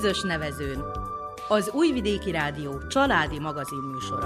Közös nevezőn. Az Újvidéki Rádió családi magazinműsora.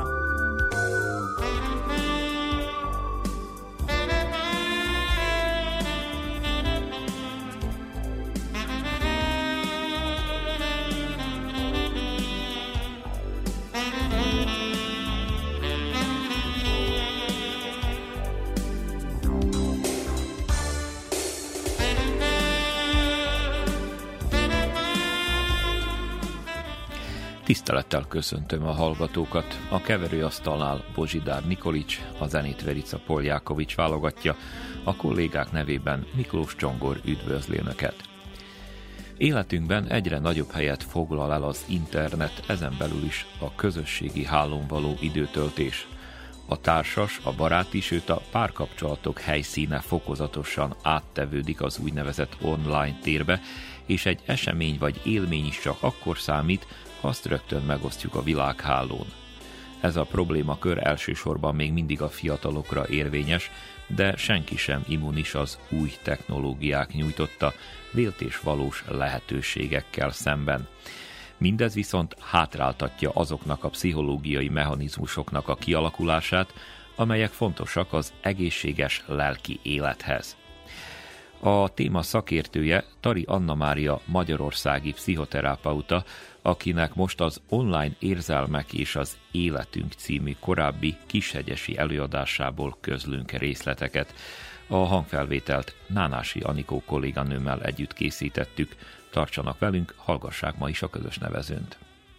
Tisztelettel köszöntöm a hallgatókat. A keverőasztalnál Bozsidár Nikolics, a zenét Verica Poljákovics válogatja, a kollégák nevében Miklós Csongor üdvözli Önöket. Életünkben egyre nagyobb helyet foglal el az internet, ezen belül is a közösségi hálón való időtöltés. A társas, a baráti, sőt a párkapcsolatok helyszíne fokozatosan áttevődik az úgynevezett online térbe, és egy esemény vagy élmény is csak akkor számít, ha azt rögtön megosztjuk a világhálón. Ez a problémakör elsősorban még mindig a fiatalokra érvényes, de senki sem immunis az új technológiák nyújtotta vélt és valós lehetőségekkel szemben. Mindez viszont hátráltatja azoknak a pszichológiai mechanizmusoknak a kialakulását, amelyek fontosak az egészséges lelki élethez. A téma szakértője Tari Anna Mária magyarországi pszichoterapeuta, akinek most az Online érzelmek és az életünk című korábbi kishegyesi előadásából közlünk részleteket. A hangfelvételt Nánási Anikó kolléganőmmel együtt készítettük. Tartsanak velünk, hallgassák ma is a közös nevezőnt.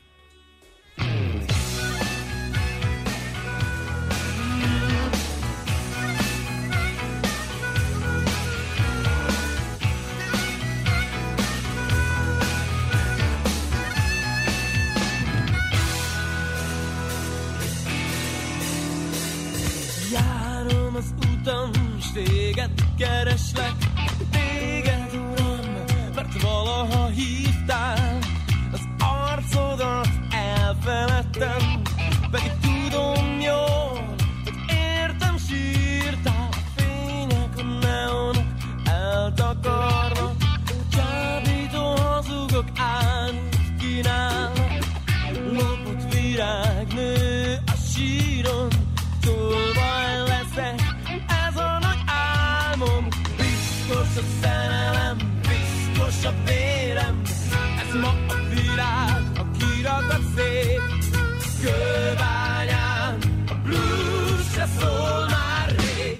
Az utam, s téged kereslek, téged uram, mert valaha hívtál, az arcodat elfeledtem, pedig tudom jól, hogy értem sírtál, a fények, a neonok eltakarnak, csábító hazugok árnyút kínálnak, lopott virág nő a síron, tolvaj leszek, ez a nagy álmom, biztos a szerelem, biztos a vérem, ez ma a világ, a kirakat szép, Kőbányán, a blues se szól már rég,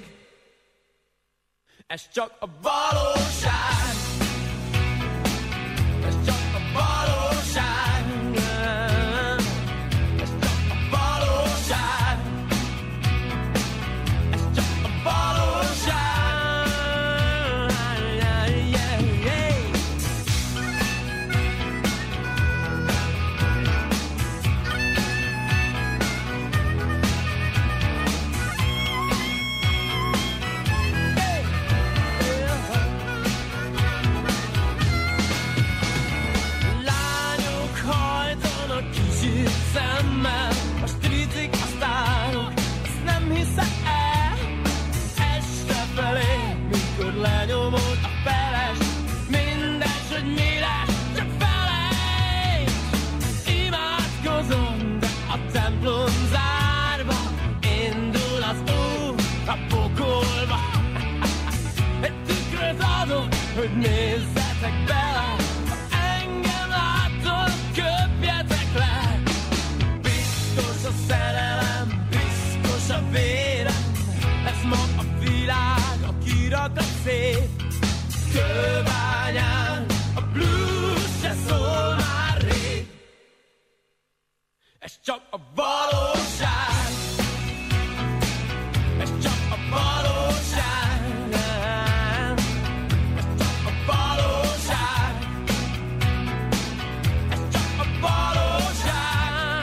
ez csak a valóság, ez csak a valóság. Szemmel, a strizik a sztárok, ezt nem hiszem el. Este felé, mikor lenyomod a feles, mindegy, hogy mi lesz, csak felejtsd. Imádkozom, de a templom zárva, indul az út a pokolba. Egy tükröt adok, hogy nézzetek bele, ha engem látod, köpjetek le. Biztos a szerelem, biztos a vérem, ez ma a világ, a kirakat szép, Kőbányán, a blues se szól már rég, ez csak a valóság, ez csak a valóság, ez csak a valóság, ez csak a valóság.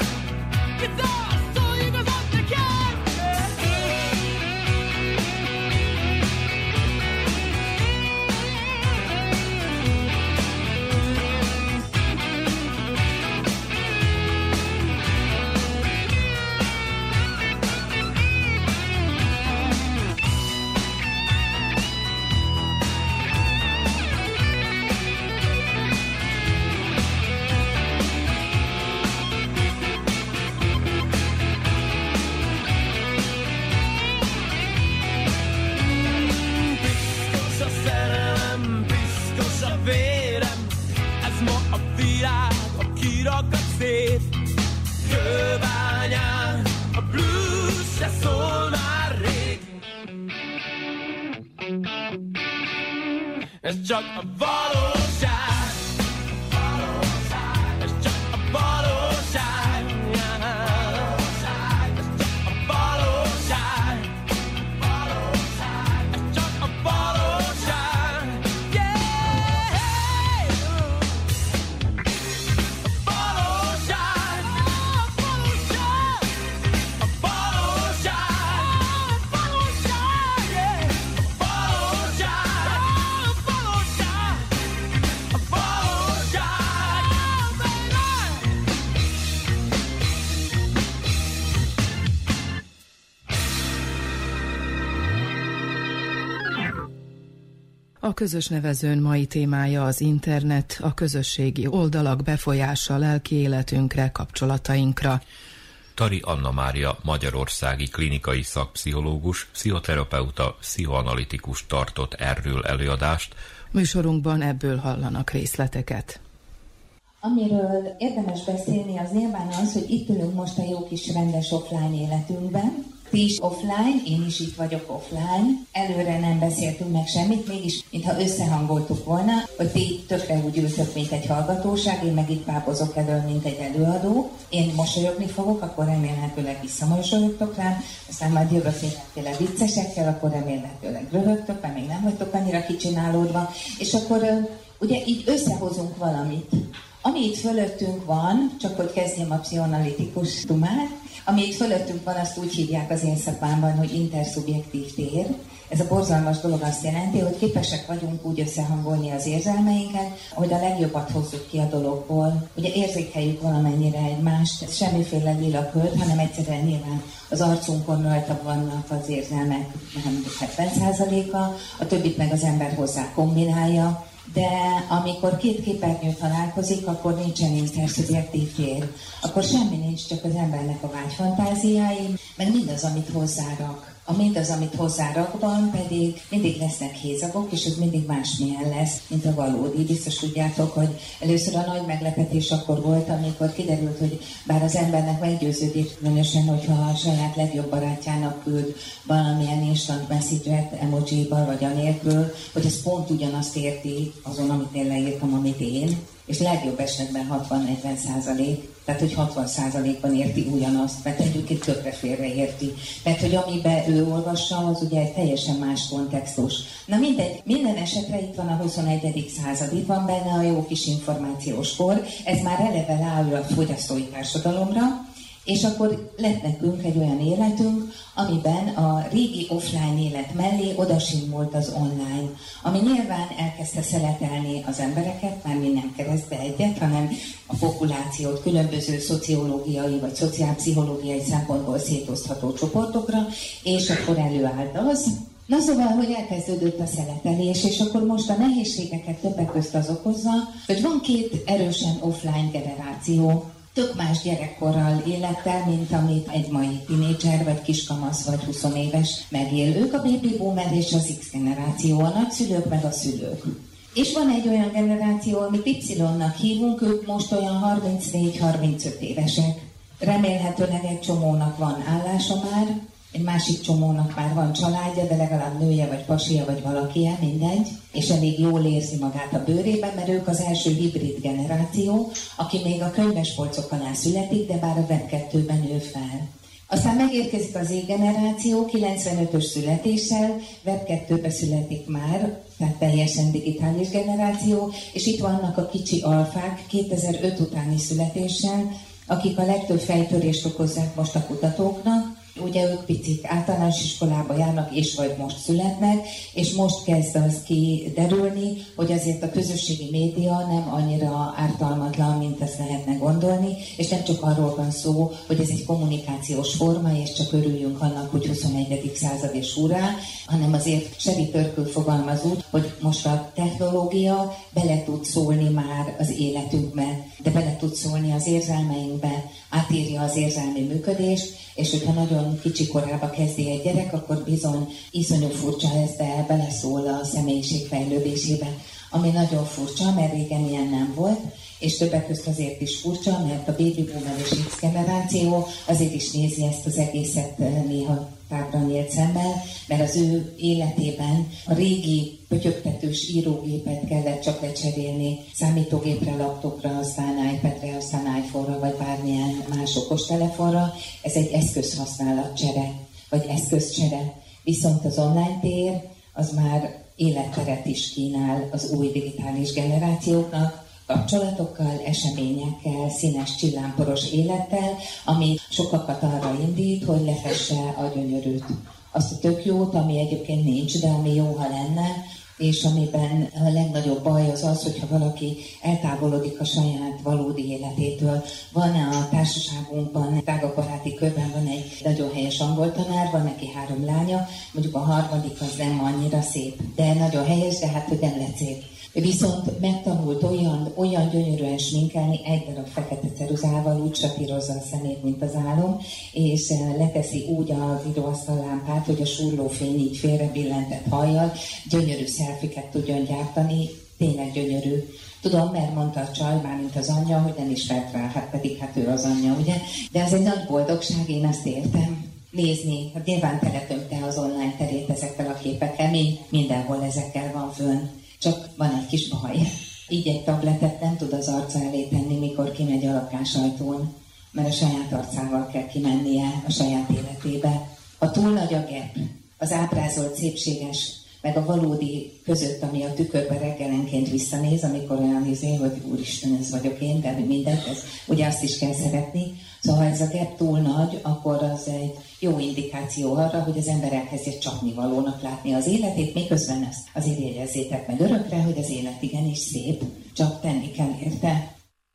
ez csak a valóság. Ez csak a valóság. Ez csak a valóság. Ez csak a valóság. Yeah! A valóság. A valóság. A valóság. Yeah! A valóság. A valóság. A közös nevezőn mai témája az internet, a közösségi oldalak befolyása lelki életünkre, kapcsolatainkra. Tari Anna Mária magyarországi klinikai szakpszichológus, pszichoterapeuta, pszichoanalitikus tartott erről előadást. Műsorunkban ebből hallanak részleteket. Amiről érdemes beszélni, az nyilván az, hogy itt ülünk most a jó kis rendes offline életünkben. Ti is offline, én is itt vagyok offline. Előre nem beszéltünk meg semmit, mégis mintha összehangoltuk volna, hogy ti tökre úgy ültök, mint egy hallgatóság, én meg itt pápozok elől, mint egy előadó. Én mosolyogni fogok, akkor remélhetőleg visszamosolyogtok rám, aztán majd jövök mindenféle viccesekkel, akkor remélhetőleg röhögtök, mert még nem vagytok annyira kicsinálódva, és akkor ugye így összehozunk valamit. Ami itt fölöttünk van, csak hogy kezdjem a pszichoanalitikus dumát, ami itt fölöttünk van, azt úgy hívják az én szakmámban, hogy interszubjektív tér. Ez a borzalmas dolog azt jelenti, hogy képesek vagyunk úgy összehangolni az érzelmeinket, hogy a legjobbat hozzuk ki a dologból. Ugye érzékeljük valamennyire egymást, ez semmiféle lila köd, hanem egyszerűen nyilván az arcunkon rajta vannak az érzelmek, nem 70%-a, a többit meg az ember hozzá kombinálja. De amikor két képernyő találkozik, akkor nincsen interszubjektív tér. Akkor semmi nincs, csak az embernek a vágyfantáziái, meg mindaz, amit hozzárak. A mindaz, amit hozzárak van, pedig mindig lesznek hézagok, és ez mindig másmilyen lesz, mint a valódi. Biztos tudjátok, hogy először a nagy meglepetés akkor volt, amikor kiderült, hogy bár az embernek meggyőződik különösen, hogyha a saját legjobb barátjának küld valamilyen instant message-et emoji-val vagy anélkül, hogy ez pont ugyanazt érti azon, amit én leírtam, amit én, és legjobb esetben 60-40%, tehát hogy 60%-ban érti ugyanazt, mert egyébként tökre félreérti. Tehát, hogy amiben ő olvassa, az ugye egy teljesen más kontextus. Na mindegy, minden esetre itt van a 21. század, itt van benne a jó kis információs kor, ez már eleve ráül a fogyasztói társadalomra, és akkor lett nekünk egy olyan életünk, amiben a régi offline élet mellé odasimult az online, ami nyilván elkezdte szeletelni az embereket, már mi nem keresztbe egyet, hanem a populációt különböző szociológiai vagy szociálpszichológiai szempontból szétosztható csoportokra, és akkor előállt az. Na szóval, hogy elkezdődött a szeletelés, és akkor most a nehézségeket többek közt az okozza, hogy van két erősen offline generáció, tök más gyerekkorral élettel, mint amit egy mai tinédzser, vagy kiskamasz, vagy 20 éves megél. Ők a baby boomer és az X generáció, a nagyszülők meg a szülők. És van egy olyan generáció, amit Y-nak hívunk, ők most olyan 34-35 évesek. Remélhetőleg egy csomónak van állása már, egy másik csomónak már van családja, de legalább nője, vagy pasia, vagy valakije, mindegy, és elég jól érzi magát a bőrében, mert ők az első hibrid generáció, aki még a könyvespolcok alá születik, de bár a Web2-ben nő fel. Aztán megérkezik az Z-generáció 95-ös születéssel, Web2-be születik már, tehát teljesen digitális generáció, és itt vannak a kicsi alfák 2005 utáni születéssel, akik a legtöbb fejtörést okozzák most a kutatóknak. Ugye ők picik általános iskolába járnak, és vagy most születnek, és most kezd az kiderülni, hogy azért a közösségi média nem annyira ártalmatlan, mint ezt lehetne gondolni, és nem csak arról van szó, hogy ez egy kommunikációs forma, és csak örüljünk annak, hogy 21. század és hurrá, hanem azért Sherry Turkle fogalmaz úgy, hogy most a technológia bele tud szólni már az életünkbe, de bele tud szólni az érzelmeinkbe, átírja az érzelmi működést, és hogyha nagyon kicsi korába kezdi egy gyerek, akkor bizony iszonyú furcsa ez, de beleszól a személyiség fejlődésébe, ami nagyon furcsa, mert régen ilyen nem volt, és többek közt azért is furcsa, mert a baby boomer és X generáció azért is nézi ezt az egészet néha tágra nyílt szemmel, mert az ő életében a régi pötyögtetős írógépet kellett csak lecserélni számítógépre, laptopra, aztán iPadre, aztán iPhone-ra, vagy bármilyen más okostelefonra. Ez egy eszközhasználatcsere, vagy eszközcsere. Viszont az online tér az már életteret is kínál az új digitális generációknak, kapcsolatokkal, eseményekkel, színes, csillámporos élettel, ami sokakat arra indít, hogy lefesse a gyönyörűt. Azt a tök jót, ami egyébként nincs, de ami jó, ha lenne, és amiben a legnagyobb baj az az, hogyha valaki eltávolodik a saját valódi életétől. Van a társaságunkban, tágabb baráti körben van egy nagyon helyes angol tanár, van neki 3 lánya, mondjuk a harmadik az nem annyira szép, de nagyon helyes, de hát hogy nem lett szép. Viszont megtanult olyan gyönyörűen sminkelni, egy darab fekete ceruzával, úgy sapírozza a szemét, mint az álom, és leteszi úgy az íróasztallámpát, hogy a surlófény így félrebillentett hajjal gyönyörű szelfiket tudjon gyártani, tényleg gyönyörű. Tudom, mert mondta a csaj, mármint az anyja, hogy nem is felt rá, hát pedig hát ő az anyja, ugye? De ez egy nagy boldogság, én azt értem. Nézni, hát nyilván teletömte az online terét ezekkel a képekkel, mindenhol ezekkel van fönn. Csak van egy kis baj. Így egy tabletet nem tud az arca elé tenni, mikor kimegy a lakásajtón, mert a saját arcával kell kimennie a saját életébe. Ha túl nagy a gap, az ábrázolt szépséges, meg a valódi között, ami a tükörbe reggelenként visszanéz, amikor olyan hogy úristen, ez vagyok én, de mindegy, ez, ugye azt is kell szeretni. Szóval ha ez a gap túl nagy, akkor az egy jó indikáció arra, hogy az ember elkezdje csapnivalónak látni az életét, miközben ezt azért jegyezzétek meg örökre, hogy az élet igenis szép, csak tenni kell érte.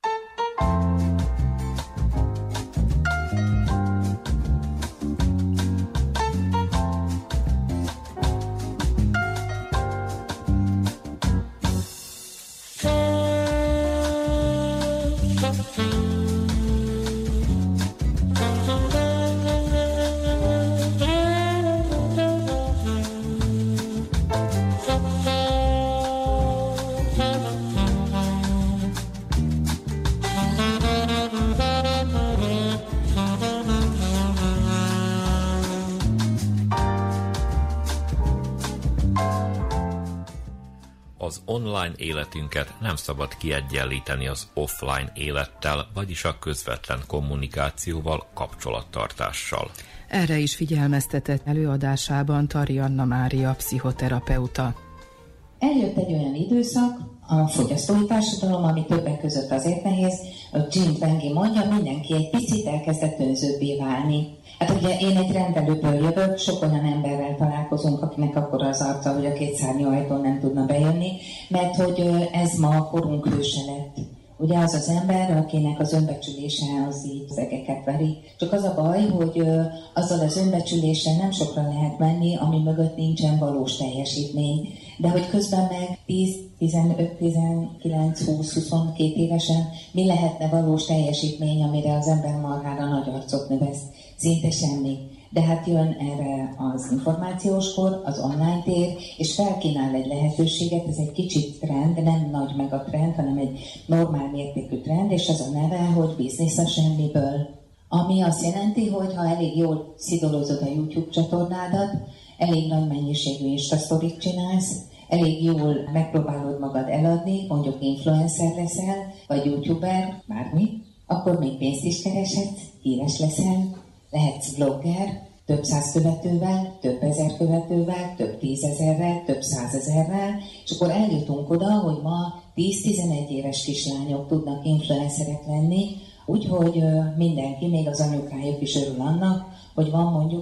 Az online életünket nem szabad kiegyenlíteni az offline élettel, vagyis a közvetlen kommunikációval, kapcsolattartással. Erre is figyelmeztetett előadásában Tari Anna Mária pszichoterapeuta. Eljött egy olyan időszak, a fogyasztói társadalom, ami többek között azért nehéz, hogy Jim Twenge mondja, mindenki egy picit elkezdett önzőbbé válni. Hát ugye én egy rendelőből jövök, sok olyan emberrel találkozunk, akinek akkor az arca, hogy a 2 szárnyú ajtón nem tudna bejönni, mert hogy ez ma a korunk hőse lett. Ugye az az ember, akinek az önbecsülése az így az egeket veri. Csak az a baj, hogy azzal az önbecsüléssel nem sokra lehet menni, ami mögött nincsen valós teljesítmény. De hogy közben meg 10, 15, 19, 20, 22 évesen mi lehetne valós teljesítmény, amire az ember marhára nagy arcot növesz? Szinte semmi. De hát jön erre az információs kor, az online tér, és felkínál egy lehetőséget, ez egy kicsit trend, nem nagy meg a trend, hanem egy normál mértékű trend, és az a neve, hogy biznisz a semmiből. Ami azt jelenti, hogy ha elég jól szidolozod a YouTube csatornádat, elég nagy mennyiségű Insta-sztorit csinálsz, elég jól megpróbálod magad eladni, mondjuk influencer leszel, vagy youtuber, bármi, akkor még pénzt is kereshetsz, híres leszel, lehetsz blogger, több 100 követővel, több 1000 követővel, több 10 000-rel, több 100 000-rel, és akkor eljutunk oda, hogy ma 10-11 éves kislányok tudnak influencerek lenni, úgyhogy mindenki, még az anyukájuk is örül annak, hogy van mondjuk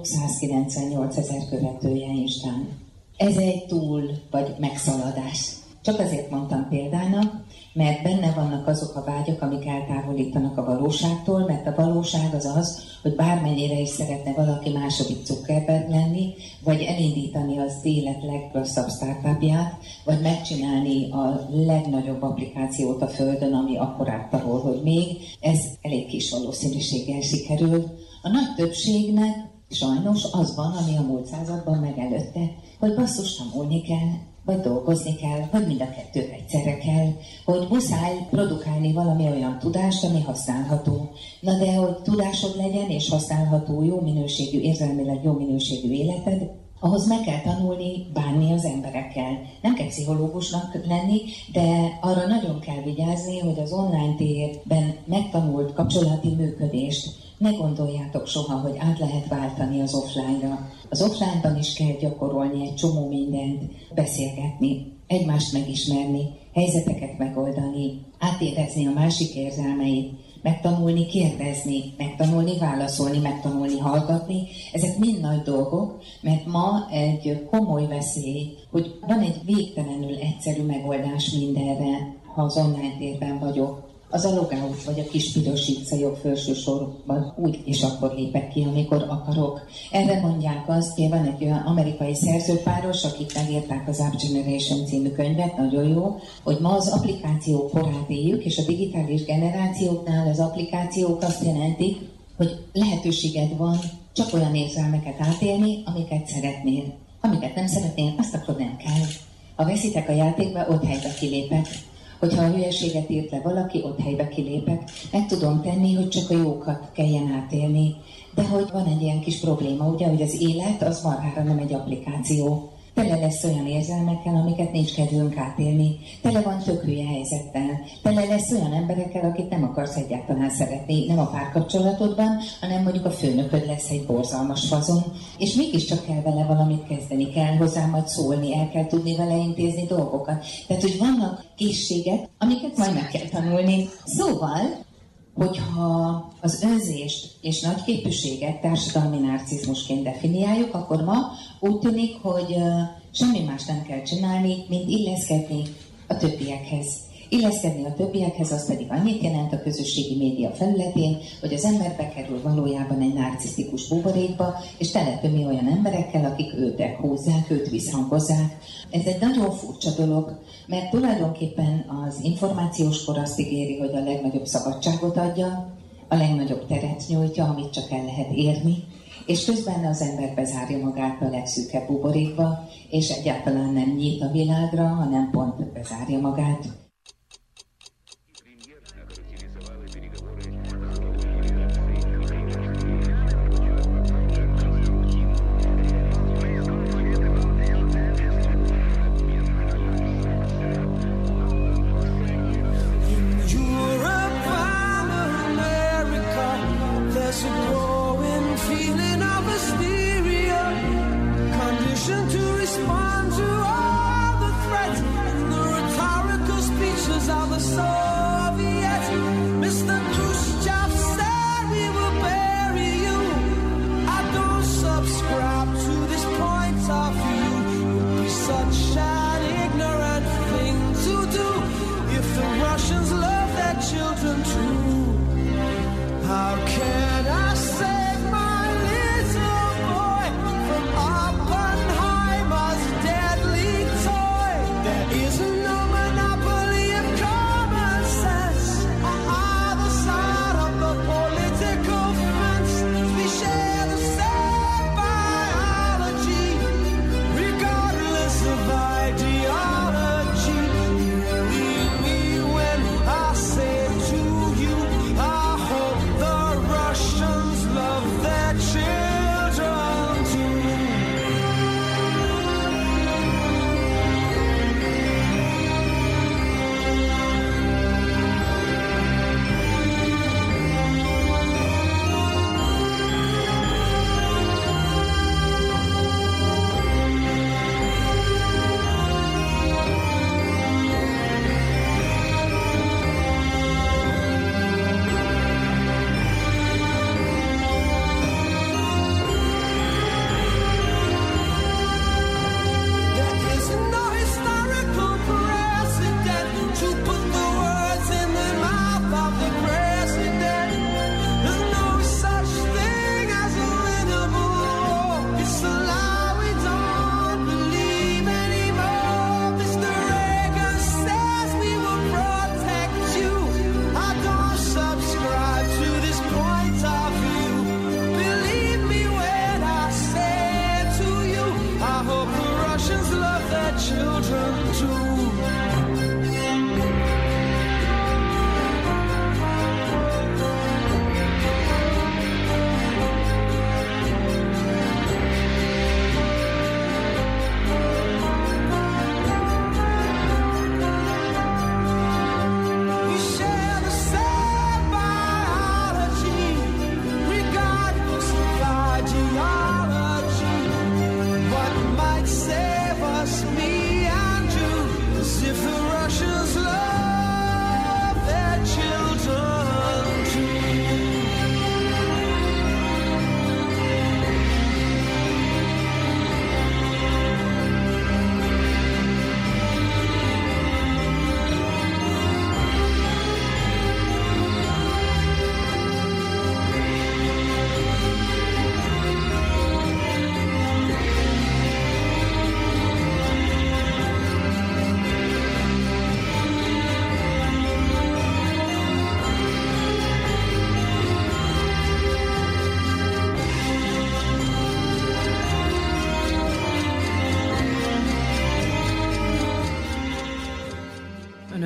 198 000 követője Instán. Ez egy túl, vagy megszaladás. Csak azért mondtam példának, mert benne vannak azok a vágyak, amik eltávolítanak a valóságtól, mert a valóság az az, hogy bármennyire is szeretne valaki második Zuckerberg lenni, vagy elindítani az élet legrosszabb startupját, vagy megcsinálni a legnagyobb applikációt a Földön, ami akkorát tarol, hogy még, ez elég kis valószínűséggel sikerül. A nagy többségnek Sajnos az van, ami a múlt században megelőtte, hogy basszus tanulni kell, vagy dolgozni kell, vagy mind a kettő egyszerre kell, hogy muszáj produkálni valami olyan tudást, ami használható. Na de hogy tudásod legyen és használható, jó minőségű, érzelmileg jó minőségű életed, ahhoz meg kell tanulni bánni az emberekkel. Nem kell pszichológusnak lenni, de arra nagyon kell vigyázni, hogy az online térben megtanult kapcsolati működést ne gondoljátok soha, hogy át lehet váltani az offline-ra. Az offline-ban is kell gyakorolni egy csomó mindent, beszélgetni, egymást megismerni, helyzeteket megoldani, átérezni a másik érzelmeit, megtanulni kérdezni, megtanulni válaszolni, megtanulni hallgatni. Ezek mind nagy dolgok, mert ma egy komoly veszély, hogy van egy végtelenül egyszerű megoldás mindenre, ha az online térben vagyok. Az a logout vagy a kis piros X a jobb felső sorban úgy és akkor lépek ki, amikor akarok. Erre mondják azt, hogy van egy olyan amerikai szerzőpáros, akik megírták az Up Generation című könyvet, nagyon jó, hogy ma az applikáció korát éljük, és a digitális generációknál az applikációk azt jelentik, hogy lehetőséged van csak olyan érzelmeket átélni, amiket szeretnél. Amiket nem szeretnél, azt akkor nem kell. Ha veszitek a játékba, ott helybe kilépek. Hogyha a hülyeséget írt le valaki, ott helybe kilépek, meg tudom tenni, hogy csak a jókat kelljen átélni. De hogy van egy ilyen kis probléma, ugye, hogy az élet az marhára nem egy applikáció. Tele lesz olyan érzelmekkel, amiket nincs kedvünk átélni. Tele van tök hülye helyzettel. Tele lesz olyan emberekkel, akit nem akarsz egyáltalán szeretni, nem a párkapcsolatodban, hanem mondjuk a főnököd lesz egy borzalmas fazon. És mégiscsak kell vele valamit kezdeni, kell hozzá majd szólni, el kell tudni vele intézni dolgokat. Tehát, hogy vannak készségek, amiket majd meg kell tanulni. Szóval, hogyha az önzést és nagyképűséget társadalmi narcizmusként definiáljuk, akkor ma úgy tűnik, hogy semmi más nem kell csinálni, mint illeszkedni a többiekhez. Illeszkedni a többiekhez az pedig annyit jelent a közösségi média felületén, hogy az ember bekerül valójában egy narcisztikus buborékba, és teletömi olyan emberekkel, akik őt húzzák, őt visszhangozzák. Ez egy nagyon furcsa dolog, mert tulajdonképpen az információs kor azt ígéri, hogy a legnagyobb szabadságot adja, a legnagyobb teret nyújtja, amit csak el lehet érni, és közben az ember bezárja magát a legszűkebb buborékba, és egyáltalán nem nyit a világra, hanem pont bezárja magát. There is no monopoly of common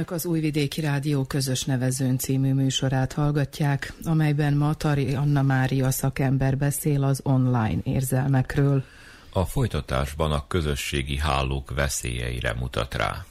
Önök az Újvidéki Rádió Közös Nevezőn című műsorát hallgatják, amelyben ma Tari Anna Mária szakember beszél az online érzelmekről. A folytatásban a közösségi hálók veszélyeire mutat rá.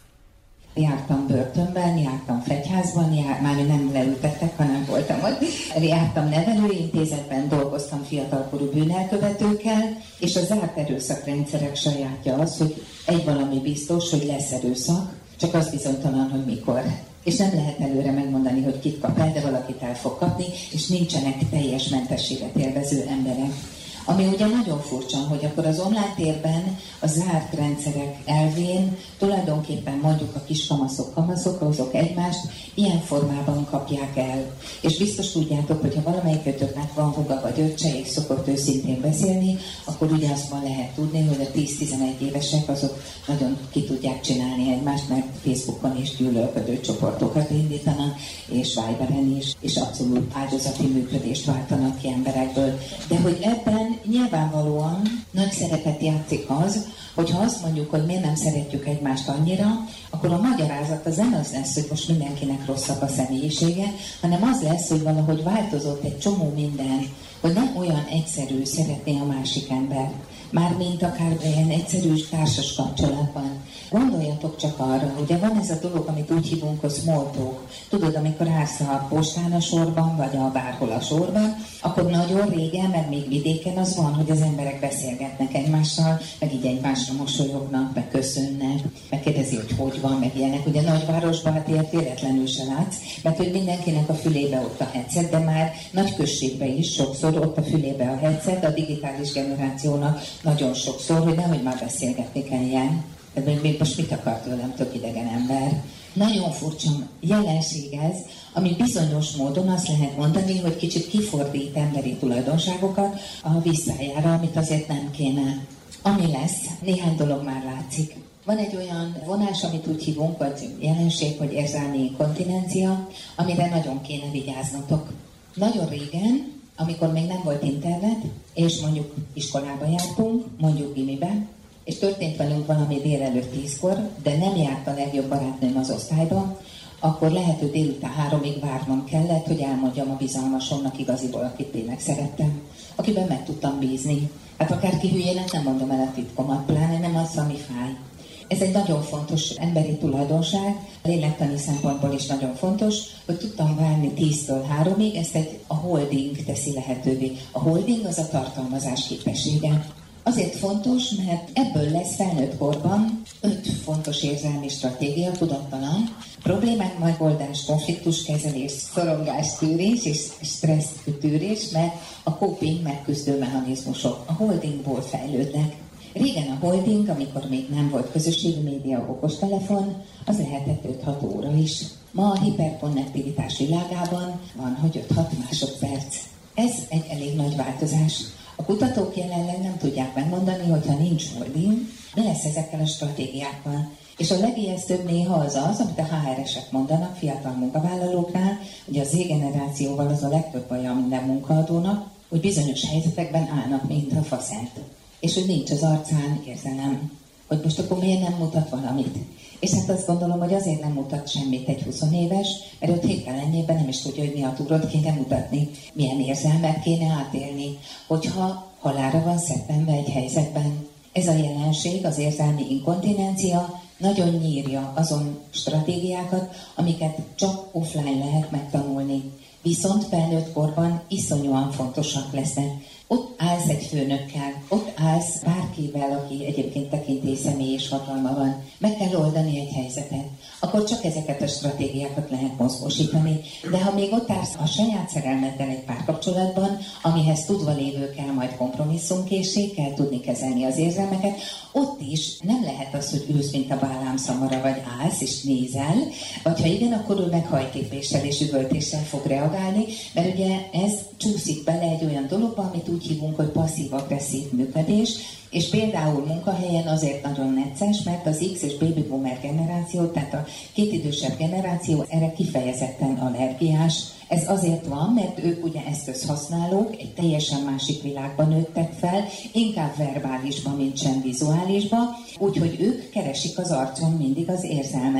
Jártam börtönben, jártam fegyházban, már nem leültettek, hanem voltam ott. Jártam nevelőintézetben, dolgoztam fiatalkorú bűnelkövetőkkel, és a zárt erőszakrendszerek sajátja az, hogy egy valami biztos, hogy lesz erőszak, csak az bizonytalan, hogy mikor. És nem lehet előre megmondani, hogy kit kap el, de valakit el fog kapni, és nincsenek teljes mentességet élvező emberek. Ami ugye nagyon furcsa, hogy akkor az online térben a zárt rendszerek elvén tulajdonképpen mondjuk a kis kamaszok, azok egymást ilyen formában kapják el. És biztos tudjátok, hogy ha valamelyikőtöknek van húga vagy öccse, és szokott őszintén beszélni, akkor ugye azt van lehet tudni, hogy a 10-11 évesek azok nagyon ki tudják csinálni egymást, mert Facebookon is gyűlölködő csoportokat indítanak, és Viberen is, és abszolút áldozati működést váltanak ki emberekből. De hogy ebben nyilvánvalóan nagy szerepet játszik az, hogyha azt mondjuk, hogy miért nem szeretjük egymást annyira, akkor a magyarázat az nem az lesz, hogy most mindenkinek rosszabb a személyisége, hanem az lesz, hogy valahogy változott egy csomó minden, hogy nem olyan egyszerű szeretni a másik ember. Mármint akár ilyen egyszerű társas kapcsolatban. Gondoljatok csak arra, ugye van ez a dolog, amit úgy hívunk, hogy small talk. Tudod, amikor állsz a postán a sorban, vagy a bárhol a sorban, akkor nagyon régen, meg még vidéken az van, hogy az emberek beszélgetnek egymással, meg így egymásra mosolyognak, meg köszönnek, meg kérdezi, hogy van, meg ilyenek. Ugye nagyvárosban hát ilyet véletlenül se látsz, mert hogy mindenkinek a fülébe ott a headset, de már nagy községben is sokszor ott a fülébe a headset, a digitális generációnak nagyon sokszor, hogy nehogy már beszélgetni kelljen. Tehát még most mit akar tőlem tök idegen ember? Nagyon furcsa jelenség ez, ami bizonyos módon azt lehet mondani, hogy kicsit kifordít emberi tulajdonságokat a visszájára, amit azért nem kéne. Ami lesz, néhány dolog már látszik. Van egy olyan vonás, amit úgy hívunk, vagy jelenség, hogy érzelmi inkontinencia, amire nagyon kéne vigyáznotok. Nagyon régen, amikor még nem volt internet, és mondjuk iskolába jártunk, mondjuk gimibe, és történt velünk valami délelőtt 10-kor, de nem járt a legjobb barátnőm az osztályba, akkor lehet, hogy délután 3-ig várnom kellett, hogy elmondjam a bizalmasomnak igaziból, akit tényleg szerettem, akiben meg tudtam bízni. Hát akárki hülyének nem mondom el a titkomat, pláne nem az, ami fáj. Ez egy nagyon fontos emberi tulajdonság, lélektani szempontból is nagyon fontos, hogy tudtam várni 10-től 3-ig, ezt a holding teszi lehetővé. A holding az a tartalmazás képessége. Azért fontos, mert ebből lesz felnőtt korban 5 fontos érzelmi stratégia, tudattalan, problémák megoldás, konfliktuskezelés, szorongás tűrés és stressz tűrés, mert a coping megküzdő mechanizmusok a holdingból fejlődnek. Régen a holding, amikor még nem volt közösségi média, okostelefon, az lehetett 5-6 óra is. Ma a hiperkonnektivitás világában van, hogy 5-6 másodperc. Ez egy elég nagy változás. A kutatók jelenleg nem tudják megmondani, hogyha nincs holding, mi lesz ezekkel a stratégiákkal. És a legijesztőbb néha az, amit a HR-esek mondanak fiatal munkavállalóknál, hogy a Z-generációval az a legtöbb baja minden munkaadónak, hogy bizonyos helyzetekben állnak, mint a faszert. És hogy nincs az arcán érzelem, hogy most akkor miért nem mutat valamit. És hát azt gondolom, hogy azért nem mutat semmit egy 20 éves, mert 5 héttel ennyiben nem is tudja, hogy mi a túrot kéne mutatni, milyen érzelmet kéne átélni, hogyha halálra van szeppenve egy helyzetben. Ez a jelenség, az érzelmi inkontinencia nagyon nyírja azon stratégiákat, amiket csak offline lehet megtanulni. Viszont felnőtt korban iszonyúan fontosak lesznek. Ott állsz egy főnökkel, ott állsz bárkivel, aki egyébként tekintély, személy és hatalma van. Meg kell oldani egy helyzetet. Akkor csak ezeket a stratégiákat lehet mozgósítani. De ha még ott állsz a saját szerelmeddel egy párkapcsolatban, amihez tudva lévő kell majd kompromisszumkészség, kell tudni kezelni az érzelmeket, ott is nem lehet az, hogy ülsz, mint a bállámszamara, vagy állsz és nézel, vagy ha igen, akkor ő meg hajtépéssel és üvöltéssel fog reagálni, mert ugye ez csúszik bele egy olyan dologba, amit úgy hívunk, hogy passzív-agresszív működés, és például munkahelyen azért nagyon necces, mert az X és Baby Boomer generáció, tehát a két idősebb generáció erre kifejezetten allergiás. Ez azért van, mert ők ugye eszközhasználók, egy teljesen másik világban nőttek fel, inkább verbálisban, mint sem vizuálisban, úgyhogy ők keresik az arcon mindig az érzelmet.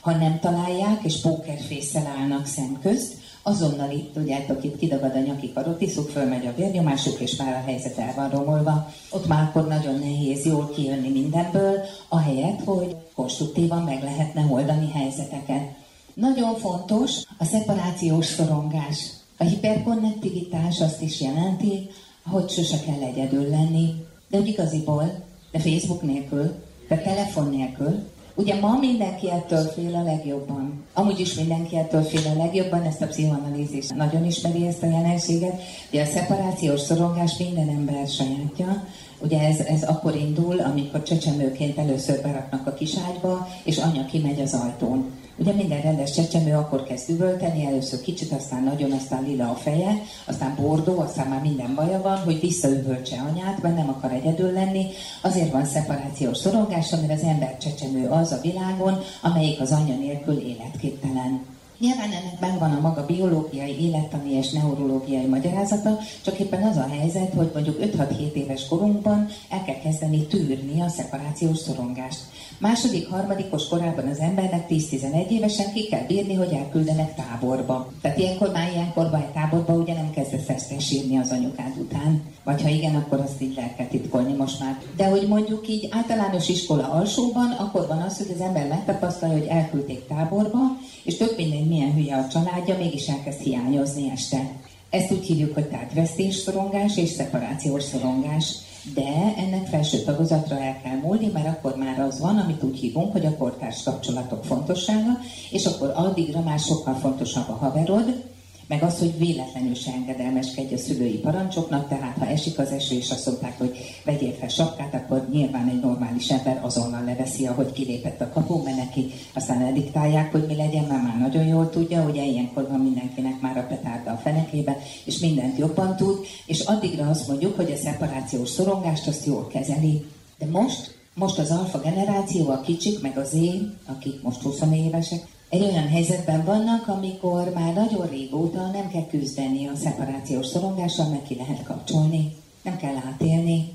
Ha nem találják, és pókerfésszel állnak szemközt, azonnal itt, tudjátok, itt kidagad a nyaki karotiszuk, fölmegy a vérnyomásuk, és már a helyzet el van romolva. Ott már akkor nagyon nehéz jól kijönni mindenből, ahelyett, hogy konstruktívan meg lehetne oldani helyzeteket. Nagyon fontos a szeparációs szorongás. A hiperkonnektivitás azt is jelenti, hogy sose kell egyedül lenni. De úgy igaziból, de Facebook nélkül, de telefon nélkül. Ugye ma mindenki ettől fél a legjobban. Amúgy is mindenki ettől fél a legjobban, ezt a pszichoanalízis nagyon ismeri ezt a jelenséget. Ugye a szeparációs szorongás minden ember sajátja. Ugye ez akkor indul, amikor csecsemőként először beraknak a kiságyba, és anya kimegy az ajtón. Ugye minden rendes csecsemő akkor kezd üvölteni, először kicsit, aztán nagyon, aztán lila a feje, aztán bordó, aztán már minden baja van, hogy visszaüvöltse anyát, mert nem akar egyedül lenni. Azért van szeparációs szorongás, mert az ember csecsemő az a világon, amelyik az anya nélkül életképtelen. Nyilván ennek benn van a maga biológiai, élettani és neurológiai magyarázata, csak éppen az a helyzet, hogy mondjuk 5-6-7 éves korunkban el kell kezdeni tűrni a szeparációs szorongást. Második, harmadikos korában az embernek 10-11 évesen ki kell bírni, hogy elküldenek táborba. Tehát ilyenkorban egy táborba ugye nem kezdesz este sírni az anyukád után. Vagy ha igen, akkor azt így el kell titkolni most már. De hogy mondjuk így általános iskola alsóban, akkor van az, hogy az ember megtapasztalja, hogy elküldték táborba, és tök mindegy, milyen hülye a családja, mégis elkezd hiányozni este. Ezt úgy hívjuk, hogy tátvesztésszorongás és szeparációs szorongás. De ennek felső tagozatra el kell múlni, mert akkor már az van, amit úgy hívunk, hogy a kortárs kapcsolatok fontossága, és akkor addigra már sokkal fontosabb a haverod, meg az, hogy véletlenül se engedelmeskedj a szülői parancsoknak, tehát ha esik az eső, és azt mondták, hogy vegyél fel sapkát, akkor nyilván egy normális ember azonnal leveszi, ahogy kilépett a kapun, mert neki aztán eldiktálják, hogy mi legyen, mert már nagyon jól tudja, hogy ilyenkor van mindenkinek már a petárda a fenekébe, és mindent jobban tud, és addigra azt mondjuk, hogy a szeparációs szorongást azt jól kezeli. De most az alfa generáció, a kicsik, meg az én, akik most 20 évesek, egy olyan helyzetben vannak, amikor már nagyon régóta nem kell küzdeni a szeparációs szorongással, meg ki lehet kapcsolni, nem kell átélni.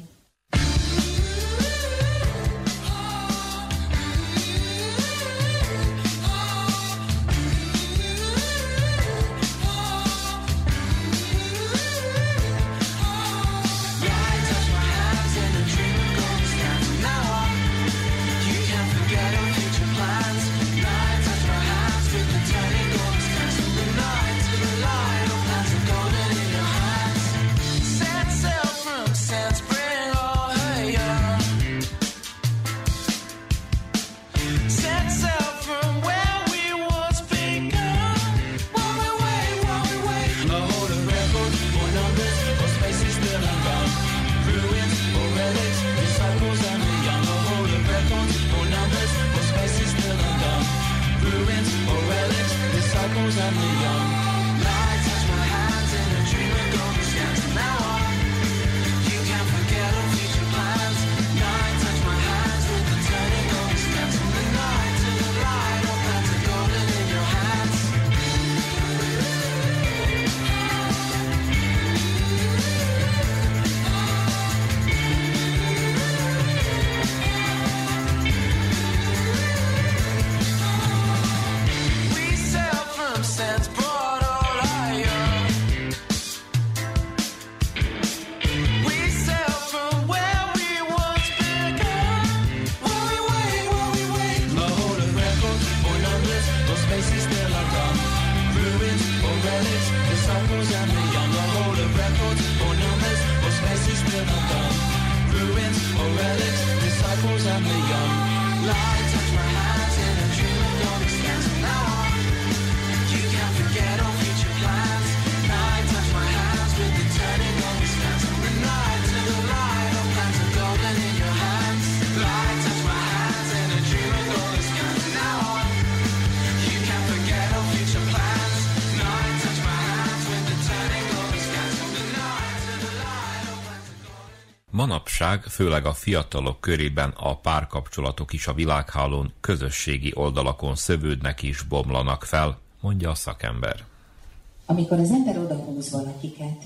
Manapság főleg a fiatalok körében a párkapcsolatok is a világhálón, közösségi oldalakon szövődnek és bomlanak fel, mondja a szakember. Amikor az ember odahúz valakiket,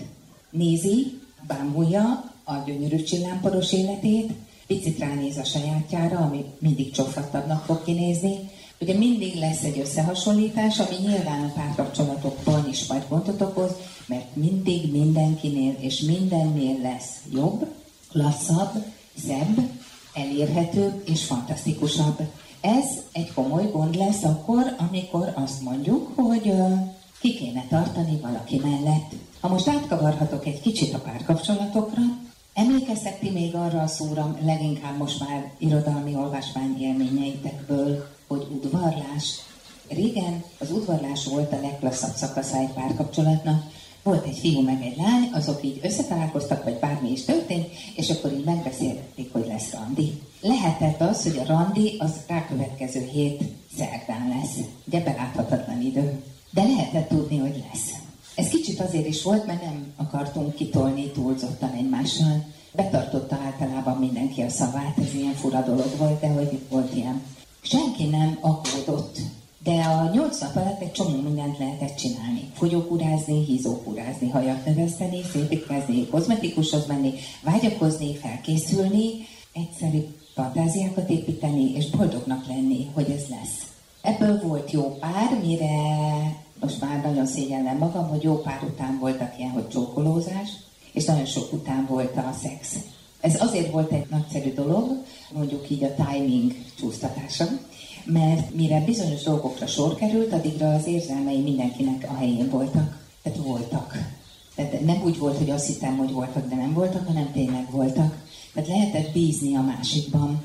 nézi, bámulja a gyönyörű csillámporos életét, picit ránéz a sajátjára, ami mindig csofrattabbnak fog kinézni, Ugye mindig lesz egy összehasonlítás, ami nyilván a párkapcsolatokban is majd gondot okoz, mert mindig mindenkinél és mindennél lesz jobb, klasszabb, szebb, elérhetőbb és fantasztikusabb. Ez egy komoly gond lesz akkor, amikor azt mondjuk, hogy ki kéne tartani valaki mellett. Ha most átkavarhatok egy kicsit a párkapcsolatokra, emlékeztek ti még arra a szóra, leginkább most már irodalmi olvasmány élményeitekből, hogy udvarlás. Régen az udvarlás volt a legklasszabb szakasza egy párkapcsolatnak. Volt egy fiú meg egy lány, azok így összetalálkoztak, vagy bármi is történt, és akkor így megbeszélték, hogy lesz randi. Lehetett az, hogy a randi az rákövetkező hét szerdán lesz. Ugye beláthatatlan idő. De lehetett tudni, hogy lesz. Ez kicsit azért is volt, mert nem akartunk kitolni túlzottan egymással. Betartotta általában mindenki a szavát, ez ilyen fura dolog volt, de hogy itt volt ilyen. Senki nem aggódott. De a 8 nap alatt egy csomó mindent lehetett csinálni. Fogyókúrázni, hízókúrázni, hajat növeszteni, szépítkezni, kozmetikushoz menni, vágyakozni, felkészülni, egyszerű fantáziákat építeni, és boldognak lenni, hogy ez lesz. Ebből volt jó pár, mire most már nagyon szégyellem magam, hogy jó pár után voltak ilyen, hogy csókolózás, és nagyon sok után volt a szex. Ez azért volt egy nagyszerű dolog, mondjuk így a timing csúsztatása, mert mire bizonyos dolgokra sor került, addigra az érzelmei mindenkinek a helyén voltak. Tehát voltak. Tehát nem úgy volt, hogy azt hittem, hogy voltak, de nem voltak, hanem tényleg voltak. Tehát lehetett bízni a másikban.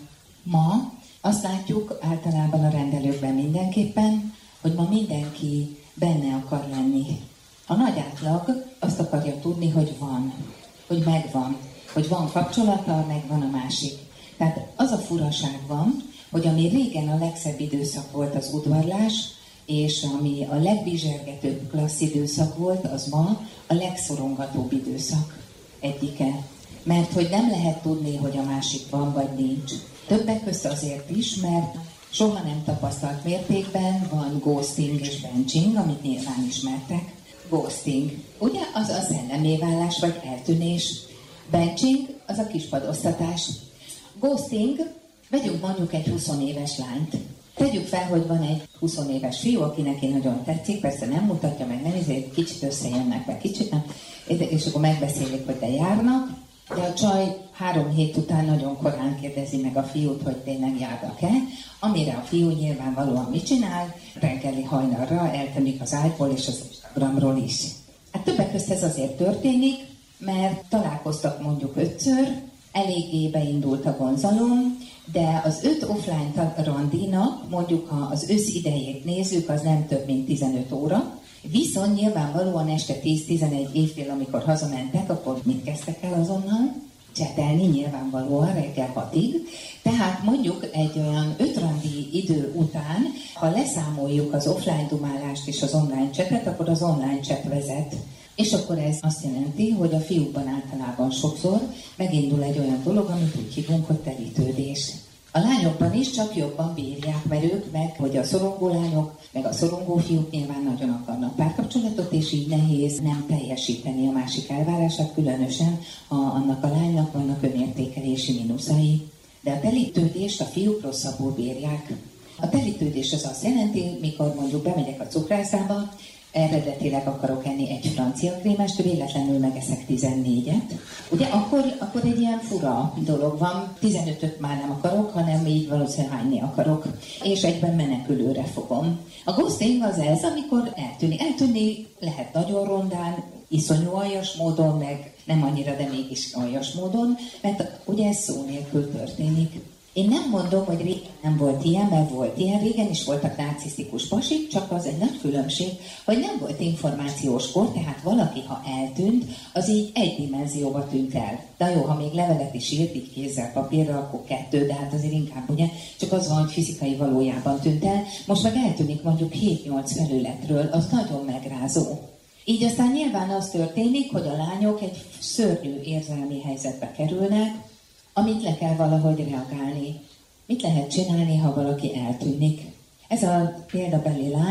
Ma azt látjuk általában a rendelőkben mindenképpen, hogy ma mindenki benne akar lenni. A nagy átlag azt akarja tudni, hogy van, hogy megvan, hogy van kapcsolata, megvan a másik. Tehát az a furaság van, hogy ami régen a legszebb időszak volt az udvarlás, és ami a legbizsergetőbb klassz időszak volt, az ma a legszorongatóbb időszak egyike. Mert hogy nem lehet tudni, hogy a másik van vagy nincs. Többek közt azért is, mert soha nem tapasztalt mértékben van ghosting és benching, amit nyilván ismertek. Ghosting, ugye az a szellemévállás vagy eltűnés. Benching az a kispadoztatás. Ghosting, vegyünk mondjuk egy 20 éves lányt. Tegyük fel, hogy van egy 20 éves fiú, aki neki nagyon tetszik, persze nem mutatja meg, nem ezért kicsit összejönnek, meg kicsit nem, és akkor megbeszélik, hogy de járnak, de a csaj 3 hét után nagyon korán kérdezi meg a fiút, hogy tényleg járnak-e, amire a fiú nyilvánvalóan mit csinál, reggeli hajnalra eltűnik az ágyból és az Instagramról is. Hát többek közt ez azért történik, mert találkoztak mondjuk 5-ször, eléggé beindult a vonzalom, de az 5 offline randinak, mondjuk ha az ősz idejét nézzük, az nem több mint 15 óra, viszont nyilvánvalóan este 10-11 évfél, amikor hazamentek, akkor mit kezdtek el azonnal? Csetelni nyilvánvalóan reggel 6-ig. Tehát mondjuk egy olyan 5 randi idő után, ha leszámoljuk az offline dumálást és az online csetet, akkor az online cset vezet. És akkor ez azt jelenti, hogy a fiúkban általában sokszor megindul egy olyan dolog, amit úgy hívunk, hogy telítődés. A lányokban is csak jobban bírják, mert ők meg, hogy a szorongó lányok, meg a szorongó fiúk nyilván nagyon akarnak párkapcsolatot, és így nehéz nem teljesíteni a másik elvárását, különösen, ha annak a lánynak vannak önértékelési mínuszai. De a telítődést a fiúk rosszabbul bírják. A telítődés az azt jelenti, mikor mondjuk bemegyek a cukrászdába, eredetileg akarok enni egy francia krémest, véletlenül megeszek 14-et. Ugye akkor egy ilyen fura dolog van, 15-öt már nem akarok, hanem így valószínűleg hányni akarok, és egyben menekülőre fogom. A ghosting az ez, amikor eltűnik. Eltűnni lehet nagyon rondán, iszonyú aljas módon, meg nem annyira, de mégis aljas módon, mert ugye ez szó nélkül történik. Én nem mondom, hogy régen nem volt ilyen, mert volt ilyen, régen is voltak narcisztikus pasik, csak az egy nagy különbség, hogy nem volt információs kor, tehát valaki, ha eltűnt, az így egy dimenzióba tűnt el. De jó, ha még levelet is írt, így kézzel, papírra, akkor 2, de hát azért inkább ugye, csak az van, hogy fizikai valójában tűnt el. Most meg eltűnik mondjuk 7-8 felületről, az nagyon megrázó. Így aztán nyilván az történik, hogy a lányok egy szörnyű érzelmi helyzetbe kerülnek, amit le kell valahogy reagálni. Mit lehet csinálni, ha valaki eltűnik? Ez a példabeli lány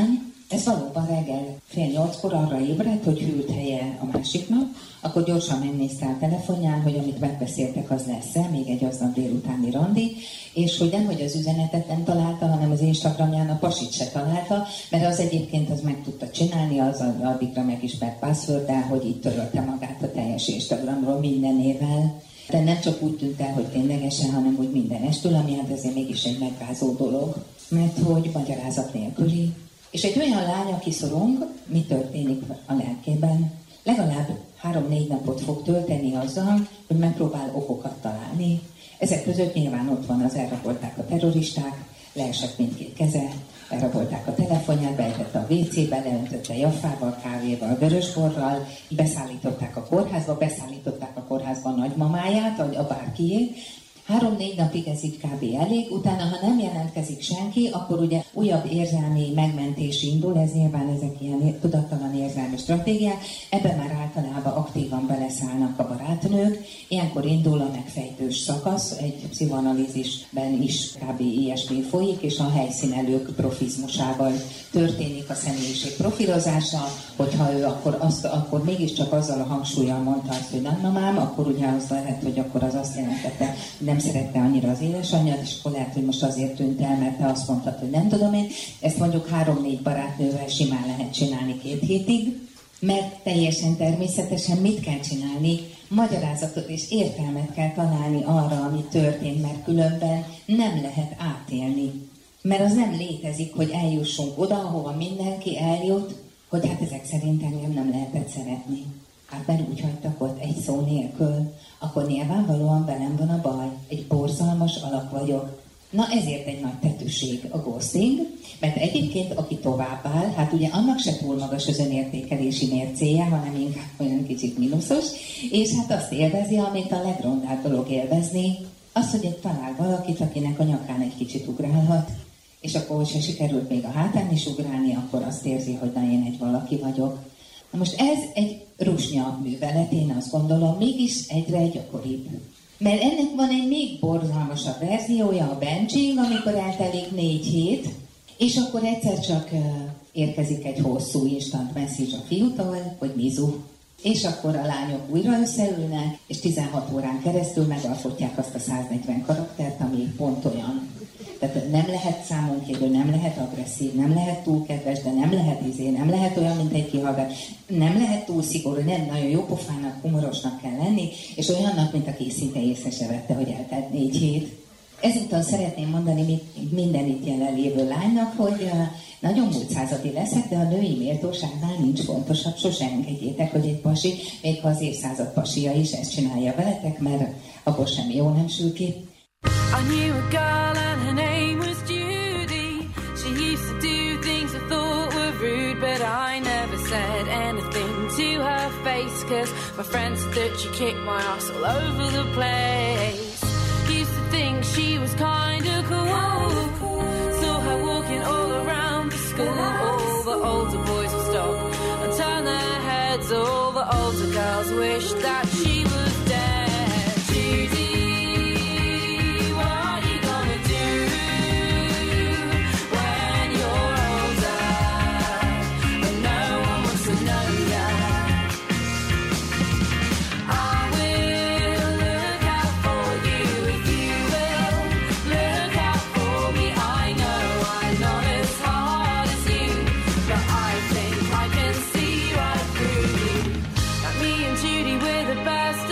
Ez valóban reggel 7:30 arra ébredt, hogy hűlt helye a másiknak, akkor gyorsan megnézte a telefonján, hogy amit megbeszéltek, az lesz-e, még egy aznap délutáni randi, és hogy nemhogy az üzenetet nem találta, hanem az Instagramján a pasit se találta, mert az egyébként az meg tudta csinálni, az addigra megismert passworddel, hogy így törölte magát a teljes Instagramról mindenével. De nem csak úgy tűnt el, hogy ténylegesen, hanem úgy mindenestől, ami hát azért mégis egy megrázó dolog, mert hogy magyarázat nélküli. És egy olyan lány, aki szorong, mi történik a lelkében, legalább 3-4 napot fog tölteni azzal, hogy megpróbál okokat találni. Ezek között nyilván ott van az elrabolták a terroristák, leesett mindkét keze, elrabolták a telefonját, beejtette a WC-be, leöntötte jaffával, kávéval, vörösborral, beszállították a kórházba a nagymamáját, vagy a bárkiét. 3-4 napig ez így kb. Elég, utána, ha nem jelentkezik senki, akkor ugye újabb érzelmi megmentés indul, ez nyilván ezek ilyen tudattalan érzelmi stratégiák, ebben már általában aktívan beleszállnak a barátnők, ilyenkor indul a megfejtős szakasz, egy pszichoanalízisben is kb. Ilyesmi folyik, és a helyszínelők profizmusával történik a személyiség profilozása, hogyha ő akkor mégiscsak azzal a hangsúllyal mondta azt, hogy nagymamám, akkor ugye az lehet, hogy akkor az azt jelentette, nem szerette annyira az édesanyját, és akkor lehet, hogy most azért tűnt el, mert te azt mondtad, hogy nem tudom én. Ezt mondjuk 3-4 barátnővel simán lehet csinálni 2 hétig, mert teljesen természetesen mit kell csinálni? Magyarázatot és értelmet kell találni arra, ami történt, mert különben nem lehet átélni. Mert az nem létezik, hogy eljussunk oda, ahova mindenki eljut, hogy hát ezek szerint engem nem lehetett szeretni. Hát mert úgy hagytak ott egy szó nélkül, akkor nyilvánvalóan velem van a baj, egy borzalmas alak vagyok. Na ezért egy nagy tetűség a ghosting, mert egyébként aki továbbáll, hát ugye annak se túl magas az önértékelési mércéje, hanem inkább olyan kicsit mínuszos, és hát azt élvezi, amit a legrondább dolog élvezni, az, hogy talál valakit, akinek a nyakán egy kicsit ugrálhat, és akkor, hogyha sikerült még a hátán is ugrálni, akkor azt érzi, hogy na én egy valaki vagyok. Na most ez egy rusnya művelet, én azt gondolom, mégis egyre gyakoribb. Mert ennek van egy még borzalmasabb verziója, a benching, amikor eltelik 4 hét, és akkor egyszer csak érkezik egy hosszú instant message a fiútól, hogy mizu. És akkor a lányok újra összeülnek, és 16 órán keresztül megalkotják azt a 140 karaktert, ami pont olyan. Tehát nem lehet számonkérő, nem lehet agresszív, nem lehet túl kedves, de nem lehet nem lehet olyan, mint egy kihallgatás, nem lehet túl szigorú, nem nagyon jópofának, humorosnak kell lenni, és olyannak, mint aki szinte észre se vette, hogy eltelt 4 hét. Ezúttal szeretném mondani minden itt jelenlévő lánynak, hogy nagyon múlt századi leszek, de a női méltóságnál nincs fontosabb, sose engedjétek, hogy egy pasi, még ha az évszázad pasia is ezt csinálja veletek, mert abból semmi jó nem sül ki. I knew a girl and her name was Judy. She used to do things I thought were rude, but I never said anything to her face, cause my friends said that she kicked my ass all over the place. Used to think she was kinda cool, saw her walking all around the school. All the older boys would stop and turn their heads, all the older girls wished that she was dead. Judy, best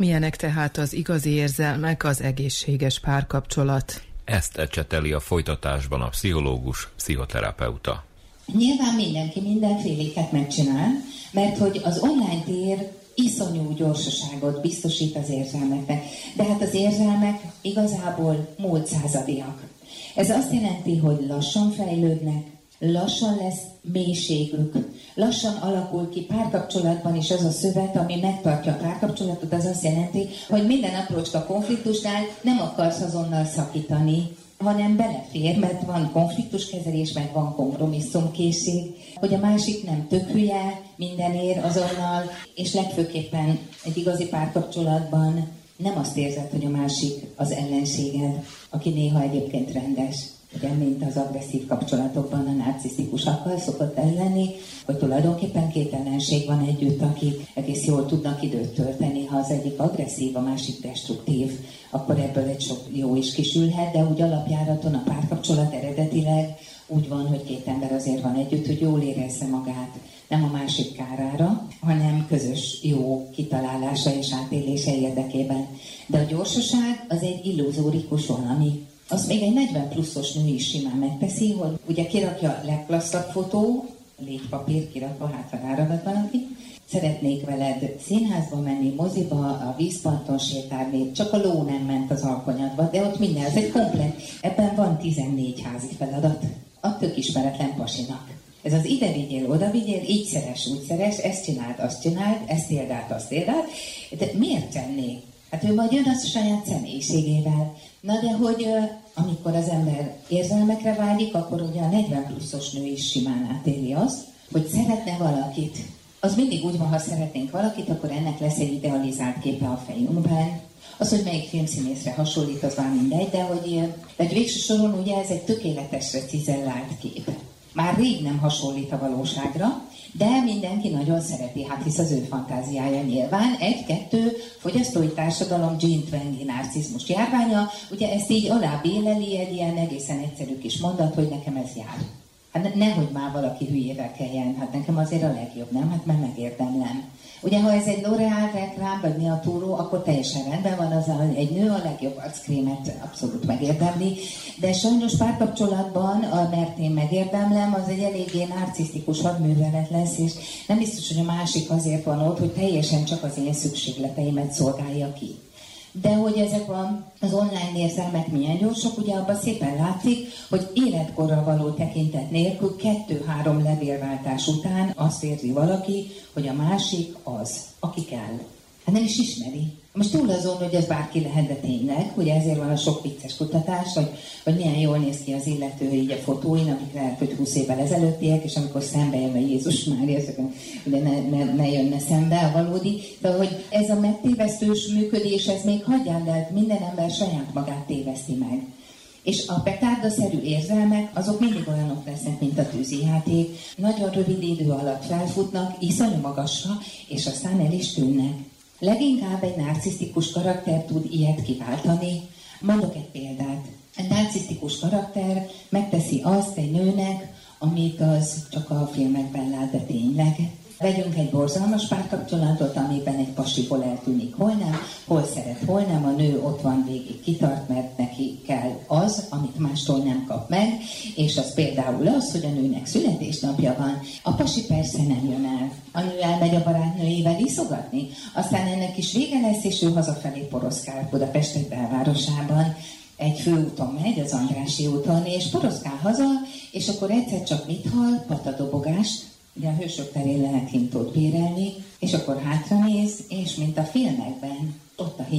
Milyenek tehát az igazi érzelmek, az egészséges párkapcsolat? Ezt ecseteli a folytatásban a pszichológus, pszichoterapeuta. Nyilván mindenki mindenféléket megcsinál, mert hogy az online tér iszonyú gyorsaságot biztosít az érzelmeknek. De hát az érzelmek igazából múlt századiak. Ez azt jelenti, hogy lassan fejlődnek, lassan lesz mélységük, lassan alakul ki párkapcsolatban is az a szövet, ami megtartja a párkapcsolatot, az azt jelenti, hogy minden aprócska konfliktusnál nem akarsz azonnal szakítani, hanem belefér, mert van konfliktuskezelés, meg van kompromisszumkészség, hogy a másik nem tök hülye, mindenért azonnal, és legfőképpen egy igazi párkapcsolatban nem azt érzed, hogy a másik az ellenséged, aki néha egyébként rendes. Ugye, mint az agresszív kapcsolatokban a narcisztikusakkal szokott lenni, hogy tulajdonképpen két ellenség van együtt, akik egész jól tudnak időt tölteni. Ha az egyik agresszív, a másik destruktív, akkor ebből egy sok jó is kisülhet, de úgy alapjáraton a párkapcsolat eredetileg úgy van, hogy két ember azért van együtt, hogy jól érezze magát, nem a másik kárára, hanem közös jó kitalálása és átélése érdekében. De a gyorsaság az egy illuzórikus valami. Azt még egy 40 pluszos nő is simán megteszi, hogy ugye kirakja a legklasszabb fotó, légypapír kirakva, hát ha ráragad valaki, szeretnék veled színházba menni, moziba, a vízparton sétálni, csak a ló nem ment az alkonyatba, de ott minden, ez egy komplet. Ebben van 14 házi feladat, a tök ismeretlen pasinak. Ez az ide vigyél, oda vigyél, így szeres, úgy szeres, ezt csináld, azt csináld, ezt érd át, azt érd át. De miért tenné? Hát ő majd jön a saját személyiségével. Na de hogy amikor az ember érzelmekre vágyik, akkor ugye a 40 pluszos nő is simán átéli azt, hogy szeretne valakit. Az mindig úgy van, ha szeretnénk valakit, akkor ennek lesz egy idealizált képe a fejünkben. Az, hogy melyik filmszínészre hasonlít, az már mindegy, de hogy végső soron ugye ez egy tökéletesre cizellált kép. Már rég nem hasonlít a valóságra, de mindenki nagyon szereti, hát hisz az ő fantáziája nyilván. 1-2 fogyasztói társadalom Jean Twengi narcizmus járványa, ugye ezt így alábéleli egy ilyen egészen egyszerű kis mondat, hogy nekem ez jár. Hát nehogy már valaki hülyével kelljen, hát nekem azért a legjobb, nem? Hát mert megérdemlem. Ugye, ha ez egy L'Oréal reklám, vagy mi a túró, akkor teljesen rendben van az, egy nő a legjobb arckrémet abszolút megérdemli, de sajnos párkapcsolatban, mert én megérdemlem, az egy eléggé narcisztikus hadművelet lesz, és nem biztos, hogy a másik azért van ott, hogy teljesen csak az én szükségleteimet szolgálja ki. De hogy ezek az online érzelmek milyen gyorsak, ugye abban szépen látszik, hogy életkorra való tekintet nélkül 2-3 levélváltás után azt érzi valaki, hogy a másik az, aki kell. Hát nem is ismeri. Most túl azon, hogy ez bárki lehet, de tényleg, ugye ezért van a sok vicces kutatás, hogy milyen jól néz ki az illető így a fotóin, amik lehet, hogy 20 évvel ezelőttiek, és amikor szembe jön a Jézus Mária, ugye ne jönne szembe a valódi, de hogy ez a megtévesztős működés, ez még hagyján, de minden ember saját magát téveszti meg. És a petárdaszerű érzelmek, azok mindig olyanok lesznek, mint a tűzijáték. Nagyon rövid idő alatt felfutnak, iszonyú magasra, és aztán el is tűnnek. Leginkább egy narcisztikus karakter tud ilyet kiváltani. Mondok egy példát. Egy narcisztikus karakter megteszi azt egy nőnek, amit az csak a filmekben lát, de tényleg. Vegyünk egy borzalmas párkapcsolatot, amiben egy pasi hol eltűnik, hol nem, hol szeret, hol nem, a nő ott van végig kitart, mert neki kell az, amit mástól nem kap meg, és az például az, hogy a nőnek születésnapja van. A pasi persze nem jön el. A nő elmegy a barátnőjével iszogatni, aztán ennek is vége lesz, és ő hazafelé poroszkál Budapest egy belvárosában. Egy főúton megy, az Andrássy úton, és poroszkál haza, és akkor egyszer csak mit hall? Patadobogást. Ugye a Hősök terén lehet hintót bérelni, és akkor hátranéz, és mint a filmekben, ott a